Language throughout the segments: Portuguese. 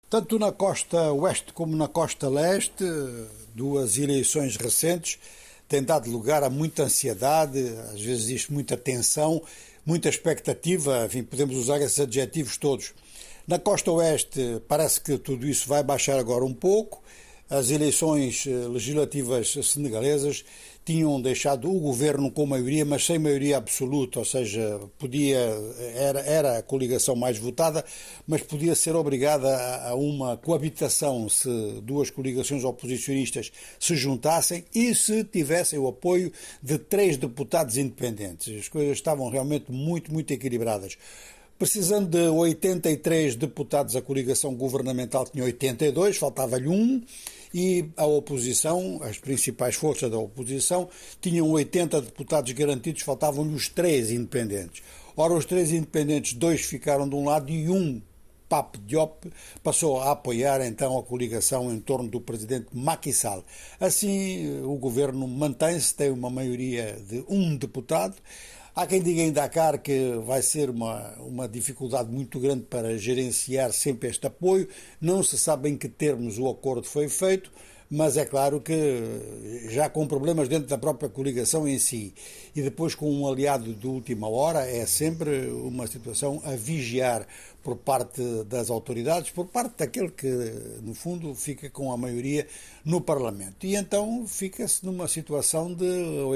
Tanto na costa oeste como na costa leste, duas eleições recentes têm dado lugar a muita ansiedade, às vezes existe muita tensão, muita expectativa, enfim, podemos usar esses adjetivos todos. Na costa oeste parece que tudo isso vai baixar agora um pouco. As eleições legislativas senegalesas tinham deixado o governo com maioria, mas sem maioria absoluta, ou seja, era a coligação mais votada, mas podia ser obrigada a uma coabitação se duas coligações oposicionistas se juntassem e se tivessem o apoio de 3 deputados independentes. As coisas estavam realmente muito equilibradas. Precisando de 83 deputados, a coligação governamental tinha 82, faltava-lhe um, e a oposição, as principais forças da oposição, tinham 80 deputados garantidos, faltavam-lhe os 3 independentes. Ora, os 3 independentes, 2 ficaram de um lado e um, Pape Diop, passou a apoiar então a coligação em torno do presidente Macky Sall. Assim, o governo mantém-se, tem uma maioria de um deputado. Há quem diga em Dakar que vai ser uma dificuldade muito grande para gerenciar sempre este apoio. Não se sabe em que termos o acordo foi feito, mas é claro que já com problemas dentro da própria coligação em si e depois com um aliado de última hora, é sempre uma situação a vigiar por parte das autoridades, por parte daquele que, no fundo, fica com a maioria no Parlamento. E então fica-se numa situação de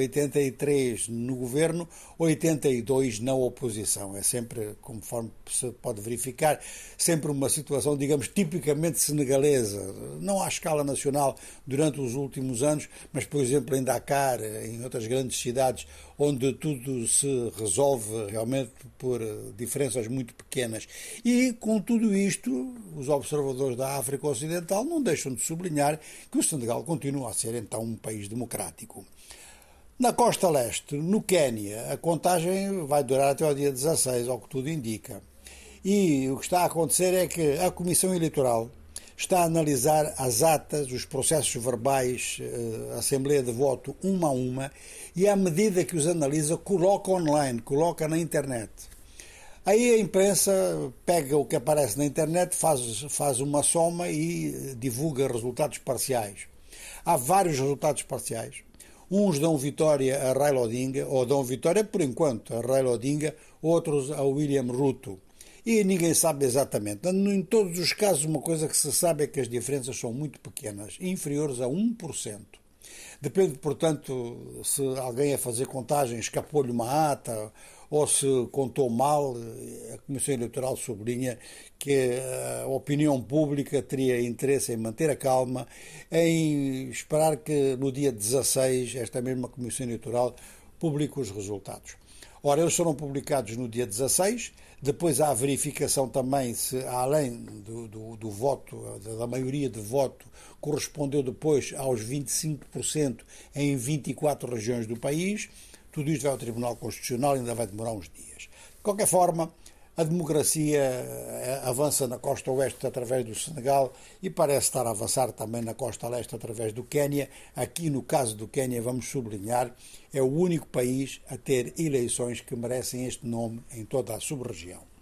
83 no governo, 82 na oposição. É sempre, conforme se pode verificar, sempre uma situação, digamos, tipicamente senegalesa, não à escala nacional durante os últimos anos, mas, por exemplo, em Dakar, em outras grandes cidades, onde tudo se resolve realmente por diferenças muito pequenas. E, com tudo isto, os observadores da África Ocidental não deixam de sublinhar que o Senegal continua a ser, então, um país democrático. Na costa leste, no Quénia, a contagem vai durar até ao dia 16, ao que tudo indica. E o que está a acontecer é que a Comissão Eleitoral está a analisar as atas, os processos verbais, a Assembleia de Voto, uma a uma, e à medida que os analisa, coloca online, coloca na internet. Aí a imprensa pega o que aparece na internet, faz uma soma e divulga resultados parciais. Há vários resultados parciais. Uns dão vitória a Raila Odinga, ou dão vitória por enquanto a Raila Odinga, outros a William Ruto. E ninguém sabe exatamente. Em todos os casos, uma coisa que se sabe é que as diferenças são muito pequenas, inferiores a 1%. Depende, portanto, se alguém a fazer contagem escapou-lhe uma ata ou se contou mal. A Comissão Eleitoral sublinha que a opinião pública teria interesse em manter a calma, em esperar que no dia 16 esta mesma Comissão Eleitoral publique os resultados. Ora, eles foram publicados no dia 16, depois há a verificação também se, além do voto, da maioria de voto, correspondeu depois aos 25% em 24 regiões do país. Tudo isto vai ao Tribunal Constitucional e ainda vai demorar uns dias. De qualquer forma, a democracia avança na costa oeste através do Senegal e parece estar a avançar também na costa leste através do Quénia. Aqui, no caso do Quénia, vamos sublinhar, é o único país a ter eleições que merecem este nome em toda a sub-região.